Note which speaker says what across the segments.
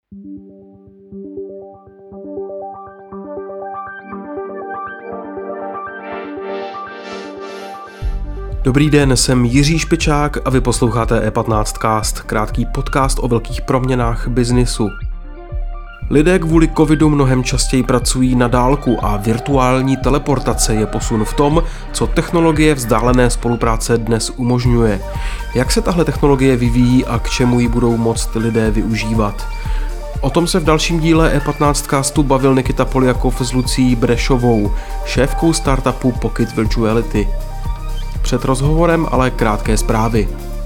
Speaker 1: Dobrý den, jsem Jiří Špičák a vy posloucháte E15cast, krátký podcast o velkých proměnách biznisu. Lidé kvůli covidu mnohem častěji pracují na dálku a virtuální teleportace je posun v tom, co technologie vzdálené spolupráce dnes umožňuje. Jak se tahle technologie vyvíjí a k čemu ji budou moct lidé využívat? O tom se v dalším díle E15castu bavil Nikita Poljakov s Lucií Brešovou, šéfkou startupu Pocket Virtuality. Před rozhovorem ale krátké zprávy.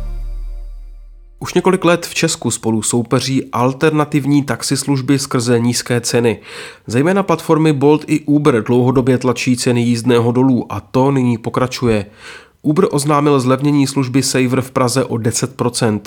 Speaker 1: Už několik let v Česku spolu soupeří alternativní taxislužby skrze nízké ceny. Zejména platformy Bolt i Uber dlouhodobě tlačí ceny jízdného dolů a to nyní pokračuje. Uber oznámil zlevnění služby Saver v Praze o 10%.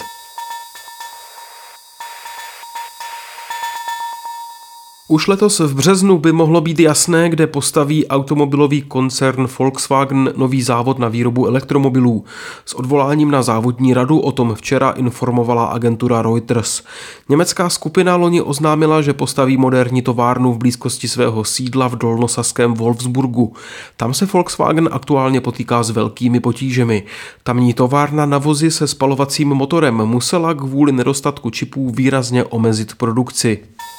Speaker 1: Už letos v březnu by mohlo být jasné, kde postaví automobilový koncern Volkswagen nový závod na výrobu elektromobilů. S odvoláním na závodní radu o tom včera informovala agentura Reuters. Německá skupina loni oznámila, že postaví moderní továrnu v blízkosti svého sídla v dolnosaském Wolfsburgu. Tam se Volkswagen aktuálně potýká s velkými potížemi. Tamní továrna na vozy se spalovacím motorem musela kvůli nedostatku čipů výrazně omezit produkci.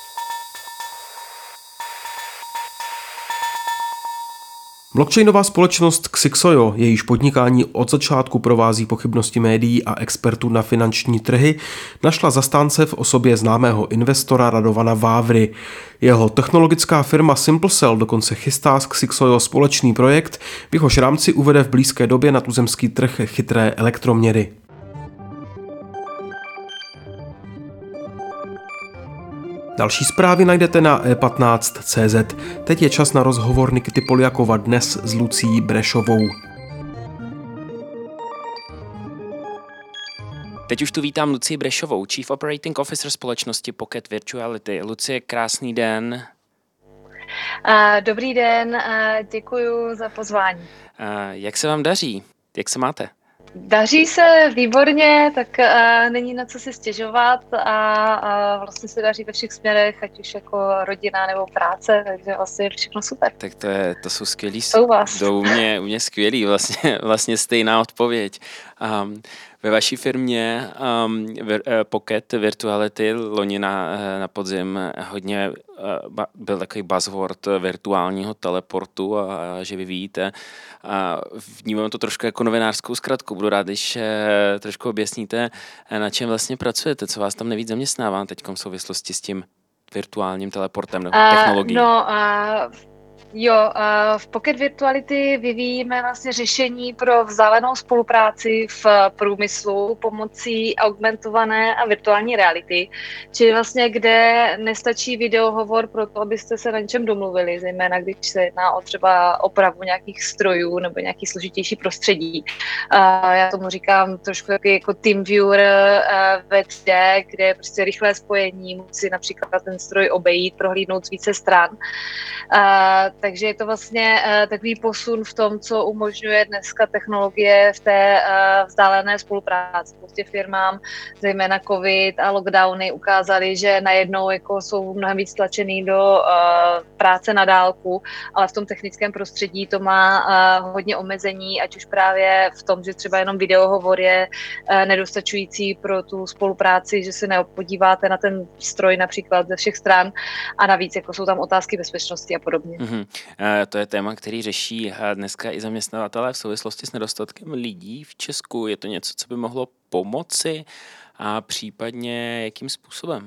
Speaker 1: Blockchainová společnost Xixoyo, jejíž podnikání od začátku provází pochybnosti médií a expertů na finanční trhy, našla zastánce v osobě známého investora Radovana Vávry. Jeho technologická firma SimpleCell dokonce chystá s Xixoyo společný projekt, v jehož rámci uvede v blízké době na tuzemský trh chytré elektroměry. Další zprávy najdete na e15.cz. Teď je čas na rozhovor Nikity Poljakova dnes s Lucií Brešovou.
Speaker 2: Teď už tu vítám Lucii Brešovou, Chief Operating Officer společnosti Pocket Virtuality. Lucie, krásný den.
Speaker 3: Dobrý den, děkuji za pozvání.
Speaker 2: Jak se vám daří? Jak se máte?
Speaker 3: Daří se výborně, tak není na co si stěžovat a vlastně se daří ve všech směrech, ať už jako rodina nebo práce, takže vlastně všechno super.
Speaker 2: Tak to jsou skvělý.
Speaker 3: To
Speaker 2: u mě skvělý, vlastně stejná odpověď. Ve vaší firmě Pocket Virtuality loni na podzim hodně byl takový buzzword virtuálního teleportu a že vyvíjíte. Vnímám to trošku jako novinářskou zkratku. Budu rád, když trošku objasníte, na čem vlastně pracujete, co vás tam nejvíc zaměstnává teď v souvislosti s tím virtuálním teleportem nebo technologií.
Speaker 3: V Pocket Virtuality vyvíjíme vlastně řešení pro vzdálenou spolupráci v průmyslu pomocí augmentované a virtuální reality, čili vlastně kde nestačí videohovor pro to, abyste se na něčem domluvili, zejména když se jedná o třeba opravu nějakých strojů nebo nějaký složitější prostředí. Já tomu říkám trošku jako TeamViewer ve 3D, kde je prostě rychlé spojení, musí například ten stroj obejít, prohlídnout z více stran. Takže je to vlastně takový posun v tom, co umožňuje dneska technologie v té vzdálené spolupráci. Prostě firmám, zejména covid a lockdowny ukázaly, že najednou jako jsou mnohem víc tlačený do práce na dálku, ale v tom technickém prostředí to má hodně omezení, ať už právě v tom, že třeba jenom videohovor je nedostačující pro tu spolupráci, že se neopodíváte na ten stroj například ze všech stran a navíc jako jsou tam otázky bezpečnosti a podobně.
Speaker 2: Mm-hmm. To je téma, který řeší dneska i zaměstnavatelé v souvislosti s nedostatkem lidí v Česku. Je to něco, co by mohlo pomoci a případně jakým způsobem?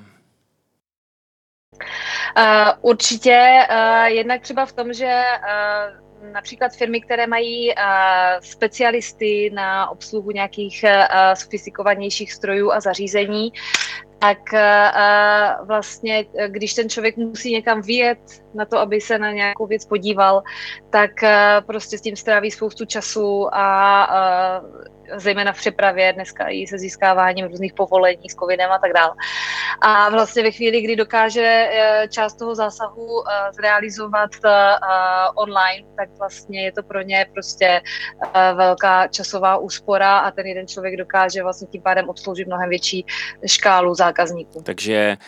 Speaker 3: Určitě. Jednak třeba v tom, že například firmy, které mají specialisty na obsluhu nějakých sofistikovanějších strojů a zařízení, tak vlastně, když ten člověk musí někam vyjet na to, aby se na nějakou věc podíval, tak prostě s tím stráví spoustu času a zejména v přepravě, dneska i se získáváním různých povolení s covidem a tak dále. A vlastně ve chvíli, kdy dokáže část toho zásahu zrealizovat online, tak vlastně je to pro ně prostě velká časová úspora a ten jeden člověk dokáže vlastně tím pádem obsloužit mnohem větší škálu zákazníků.
Speaker 2: Takže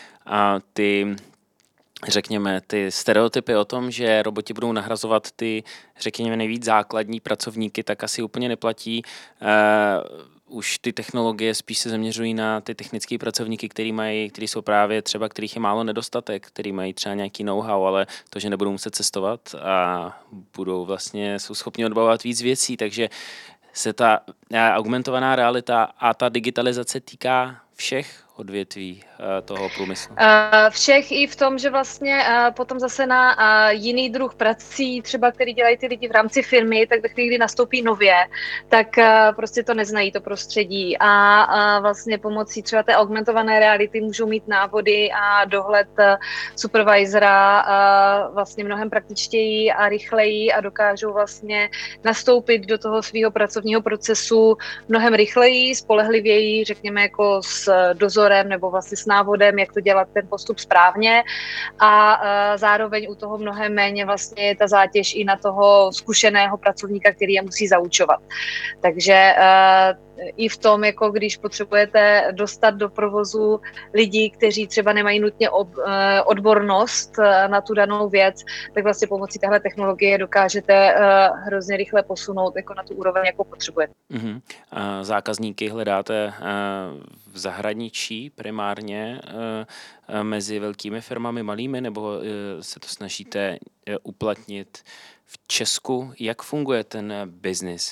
Speaker 2: řekněme, ty stereotypy o tom, že roboti budou nahrazovat ty, řekněme, nejvíc základní pracovníky, tak asi úplně neplatí. Už ty technologie spíš se zaměřují na ty technické pracovníky, kteří jsou právě třeba, kterých je málo nedostatek, který mají třeba nějaký know-how, ale to, že nebudou muset cestovat a jsou schopni odbavovat víc věcí, takže se ta augmentovaná realita a ta digitalizace týká všech odvětví toho průmyslu?
Speaker 3: Všech i v tom, že vlastně potom zase na jiný druh prací, třeba který dělají ty lidi v rámci firmy, tak ve chvíli, kdy nastoupí nově, tak prostě to neznají, to prostředí a vlastně pomocí třeba té augmentované reality můžou mít návody a dohled supervisora vlastně mnohem praktičtěji a rychleji a dokážou vlastně nastoupit do toho svého pracovního procesu mnohem rychleji, spolehlivěji, řekněme jako s dozorem nebo vlastně s návodem, jak to dělat ten postup správně a zároveň u toho mnohem méně vlastně je ta zátěž i na toho zkušeného pracovníka, který je musí zaučovat. Takže i v tom, jako když potřebujete dostat do provozu lidi, kteří třeba nemají nutně odbornost na tu danou věc, tak vlastně pomocí téhle technologie dokážete hrozně rychle posunout jako na tu úroveň, jakou potřebujete.
Speaker 2: Mm-hmm. Zákazníky hledáte v zahraničí primárně mezi velkými firmami, malými, nebo se to snažíte uplatnit v Česku? Jak funguje ten biznis?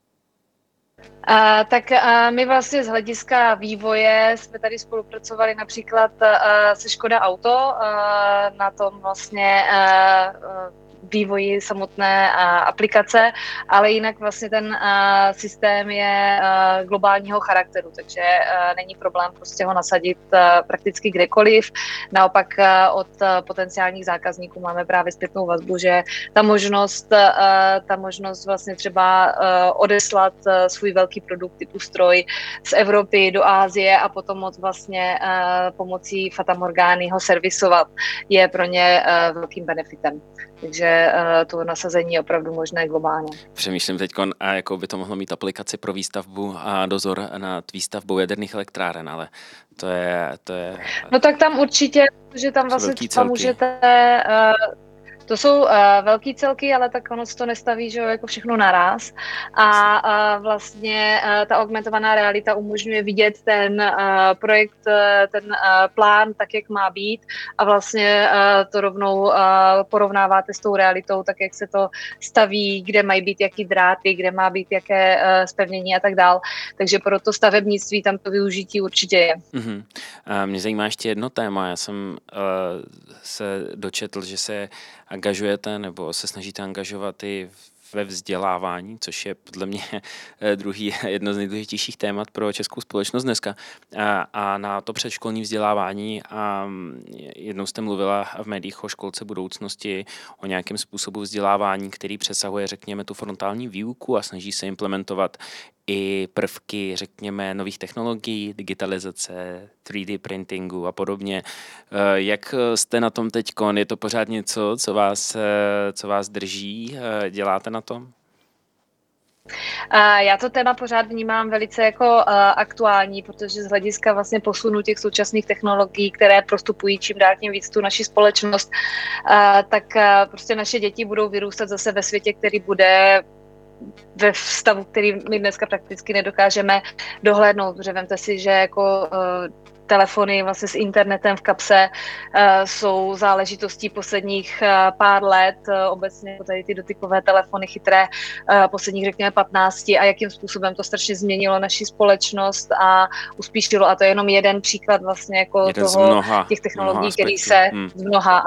Speaker 3: Tak my vlastně z hlediska vývoje jsme tady spolupracovali například se Škoda Auto na tom vlastně vývoji samotné aplikace, ale jinak vlastně ten systém je globálního charakteru, takže není problém prostě ho nasadit prakticky kdekoliv. Naopak od potenciálních zákazníků máme právě zpětnou vazbu, že ta možnost vlastně třeba odeslat svůj velký produkt typu stroj z Evropy do Asie a potom moc vlastně pomocí fatamorgány ho servisovat je pro ně velkým benefitem. Takže to nasazení je opravdu možné globálně.
Speaker 2: Přemýšlím teď, jakou by to mohlo mít aplikaci pro výstavbu a dozor nad výstavbou jaderných elektráren, ale to je...
Speaker 3: No tak tam určitě, že tam vlastně třeba můžete... To jsou velký celky, ale tak ono se to nestaví, že jo, jako všechno naraz. A vlastně ta augmentovaná realita umožňuje vidět ten projekt, ten plán tak, jak má být a vlastně to rovnou porovnáváte s tou realitou, tak jak se to staví, kde mají být jaký dráty, kde má být jaké zpevnění a tak dál. Takže pro to stavebnictví tam to využití určitě je.
Speaker 2: Mm-hmm. Mě zajímá ještě jedno téma. Já jsem se dočetl, že se angažujete nebo se snažíte angažovat i ve vzdělávání, což je podle mě jedno z nejdůležitějších témat pro českou společnost dneska. A na to předškolní vzdělávání jednou jste mluvila v médiích o školce budoucnosti, o nějakém způsobu vzdělávání, který přesahuje, řekněme, tu frontální výuku a snaží se implementovat i prvky, řekněme, nových technologií, digitalizace, 3D printingu a podobně. Jak jste na tom teďkon? Je to pořád něco, co vás drží? Děláte na tom?
Speaker 3: Já to téma pořád vnímám velice jako aktuální, protože z hlediska vlastně posunu těch současných technologií, které prostupují čím dál tím víc tu naši společnost, tak prostě naše děti budou vyrůstat zase ve světě, který bude ve stavu, který my dneska prakticky nedokážeme dohlédnout, protože vemte si, že jako telefony vlastně s internetem v kapse jsou záležitostí posledních pár let, obecně tady ty dotykové telefony chytré posledních, řekněme, 15 a jakým způsobem to strašně změnilo naši společnost a uspíšilo. A to je jenom jeden příklad vlastně jako těch technologií, který se z mnoha, ano,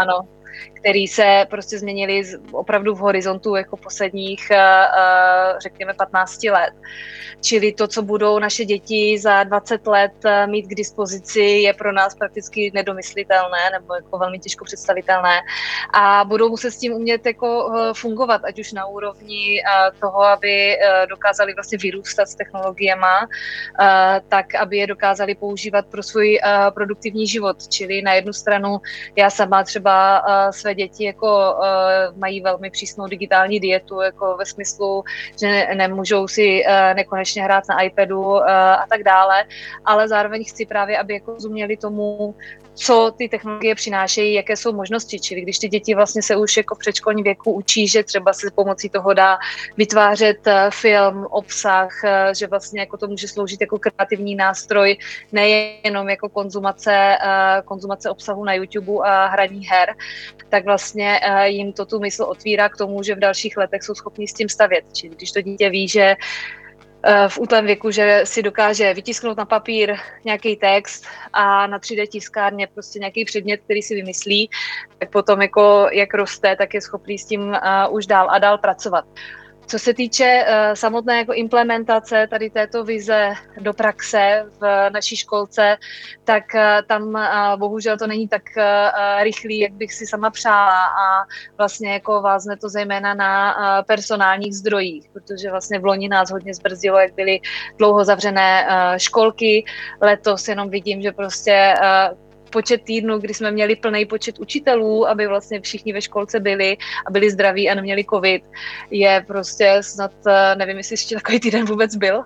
Speaker 3: které se prostě změnily opravdu v horizontu jako posledních, řekněme, 15 let. Čili to, co budou naše děti za 20 let mít k dispozici, je pro nás prakticky nedomyslitelné nebo jako velmi těžko představitelné. A budou muset s tím umět jako fungovat, ať už na úrovni toho, aby dokázali vlastně vyrůstat s technologiema, tak aby je dokázali používat pro svůj produktivní život. Čili na jednu stranu já sama třeba své děti jako mají velmi přísnou digitální dietu, jako ve smyslu, že nemůžou si nekonečně hrát na iPadu a tak dále, ale zároveň chci právě, aby jako rozuměli tomu, co ty technologie přinášejí, jaké jsou možnosti. Čili když ty děti vlastně se už jako v předškolním věku učí, že třeba se pomocí toho dá vytvářet film, obsah, že vlastně jako to může sloužit jako kreativní nástroj, nejenom jako konzumace obsahu na YouTube a hraní her, tak vlastně jim to tu mysl otvírá k tomu, že v dalších letech jsou schopni s tím stavět. Čili když to dítě ví, že v útlém věku, že si dokáže vytisknout na papír nějaký text a na 3D tiskárně prostě nějaký předmět, který si vymyslí, tak potom jako jak roste, tak je schopný s tím už dál a dál pracovat. Co se týče samotné jako implementace tady této vize do praxe v naší školce, tak tam bohužel to není tak rychlý, jak bych si sama přála a vlastně jako vázne to zejména na personálních zdrojích, protože vlastně v loni nás hodně zbrzdilo, jak byly dlouho zavřené školky. Letos jenom vidím, že prostě počet týdnů, kdy jsme měli plný počet učitelů, aby vlastně všichni ve školce byli a byli zdraví a neměli covid, je prostě snad, nevím, jestli ještě takový týden vůbec byl.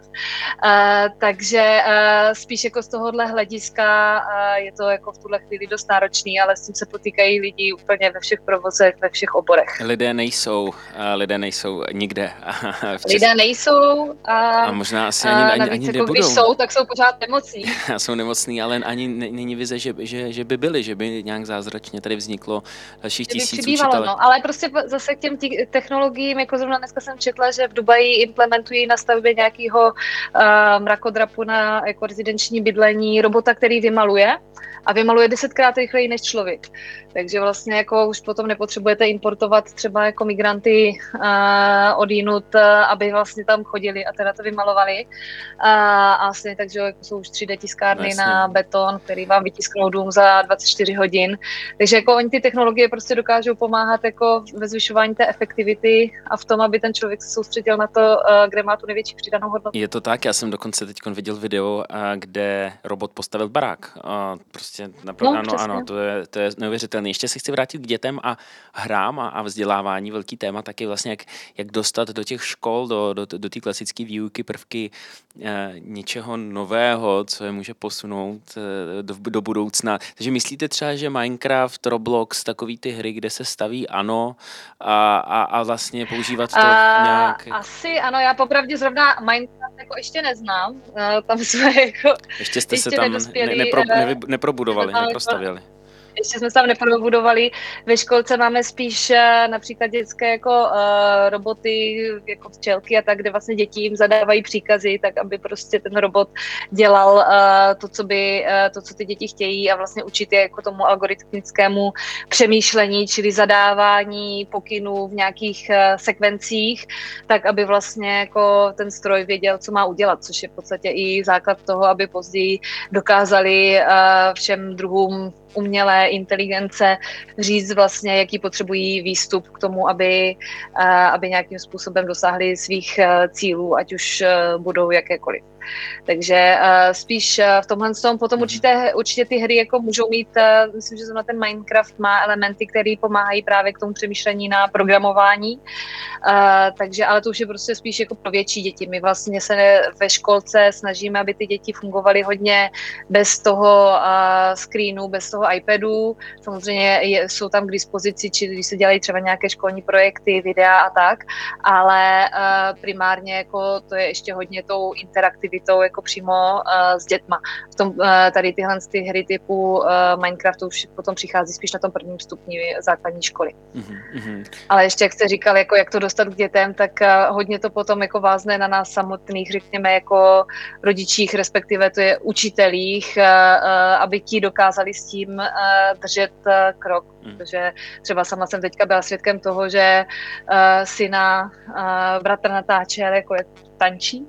Speaker 3: Takže spíš jako z tohohle hlediska je to jako v tuhle chvíli dost náročný, ale s tím se potýkají lidi úplně ve všech provozech, ve všech oborech.
Speaker 2: Lidé nejsou nikde.
Speaker 3: Lidé nejsou
Speaker 2: a možná asi ani
Speaker 3: jako
Speaker 2: nebudou.
Speaker 3: Když jsou, tak jsou pořád nemocní.
Speaker 2: Jsou nemocní, ale ani není vize, že by byli, že by nějak zázračně tady vzniklo dalších 1000 učitelů.
Speaker 3: No, ale prostě zase k těm technologiím, jako zrovna dneska jsem četla, že v Dubaji implementují na stavbě nějakého mrakodrapu na jako rezidenční bydlení robota, který vymaluje a vymaluje 10krát rychleji než člověk. Takže vlastně jako už potom nepotřebujete importovat třeba jako migranty odjinud, aby vlastně tam chodili a teda to vymalovali. A vlastně takže jako jsou už 3D tiskárny na beton, který vám vytisknou dům za 24 hodin. Takže jako oni ty technologie prostě dokážou pomáhat jako ve zvyšování té efektivity a v tom, aby ten člověk se soustředil na to, kde má tu největší přidanou hodnotu.
Speaker 2: Je to tak, já jsem dokonce teď viděl video, kde robot postavil barák. Prostě ano, to je neuvěřitelné. Ještě se chci vrátit k dětem a hrám a vzdělávání. Velký téma taky vlastně, jak dostat do těch škol, do té klasické výuky prvky něčeho nového, co je může posunout do budoucna. Takže myslíte třeba, že Minecraft, Roblox, takový ty hry, kde se staví a vlastně používat to nějak?
Speaker 3: Asi ano, já popravdě zrovna Minecraft jako ještě neznám. Tam jsme jako
Speaker 2: ještě jste se tam neprobudovali, neprostavěli.
Speaker 3: Ještě jsme se tam neprobudovali. Ve školce máme spíš například dětské jako roboty, jako včelky a tak, kde vlastně děti jim zadávají příkazy, tak aby prostě ten robot dělal to, co ty děti chtějí a vlastně učit je jako tomu algoritmickému přemýšlení, čili zadávání pokynů v nějakých sekvencích, tak aby vlastně jako ten stroj věděl, co má udělat, což je v podstatě i základ toho, aby později dokázali všem druhům umělé inteligence říct vlastně, jaký potřebují výstup k tomu, aby nějakým způsobem dosáhli svých cílů, ať už budou jakékoliv. Takže spíš v tomhle tom potom určitě ty hry jako můžou mít, myslím, že zrovna ten Minecraft má elementy, které pomáhají právě k tomu přemýšlení na programování, takže ale to už je prostě spíš jako pro větší děti. My vlastně se ve školce snažíme, aby ty děti fungovaly hodně bez toho screenu, bez toho iPadu. Samozřejmě jsou tam k dispozici, či když se dělají třeba nějaké školní projekty, videa a tak, ale primárně jako to je ještě hodně tou interaktivní aktivitou jako přímo s dětma. V tom, tady tyhle ty hry typu Minecraftu už potom přichází spíš na tom prvním stupni základní školy. Ale ještě, jak jste říkal, jako jak to dostat k dětem, tak hodně to potom jako vázne na nás samotných, řekněme, jako rodičích, respektive to je učitelích, aby ti dokázali s tím držet krok. Protože třeba sama jsem teďka byla svědkem toho, že syna bratr natáčel, jako je tančí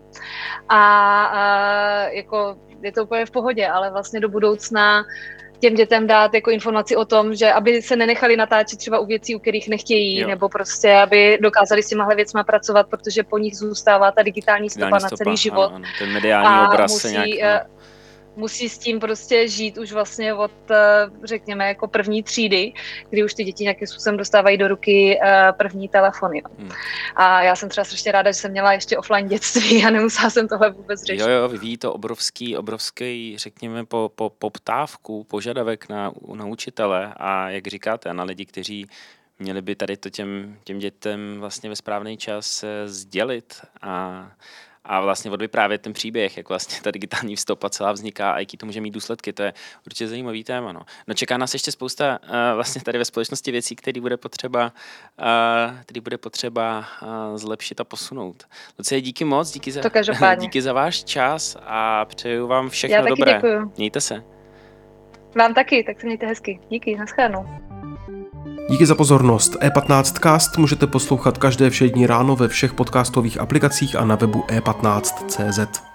Speaker 3: a jako je to úplně v pohodě, ale vlastně do budoucna těm dětem dát jako informaci o tom, že aby se nenechali natáčet třeba u věcí, u kterých nechtějí, nebo prostě aby dokázali s těmahle věcma pracovat, protože po nich zůstává ta digitální stopa na celý život.
Speaker 2: Ano, ten mediální obraz se nějak...
Speaker 3: Musí s tím prostě žít už vlastně od, řekněme, jako první třídy, kdy už ty děti nějakým způsobem dostávají do ruky první telefony. A já jsem třeba strašně ráda, že jsem měla ještě offline dětství a nemusela jsem tohle vůbec řešit.
Speaker 2: Jo, vyvíjí to obrovský, řekněme, poptávku, požadavek na učitele a jak říkáte, na lidi, kteří měli by tady to těm dětem vlastně ve správný čas sdělit a vlastně odvyprávět ten příběh, jak vlastně ta digitální stopa celá vzniká a jaký to může mít důsledky. To je určitě zajímavý téma. No čeká nás ještě spousta vlastně tady ve společnosti věcí, které bude potřeba zlepšit a posunout. Lucie, díky moc, díky za váš čas a přeju vám všechno dobré.
Speaker 3: Já taky děkuju.
Speaker 2: Mějte se.
Speaker 3: Vám taky, tak se mějte hezky. Díky, nashledanou.
Speaker 1: Díky za pozornost. E15cast můžete poslouchat každé všední ráno ve všech podcastových aplikacích a na webu e15.cz.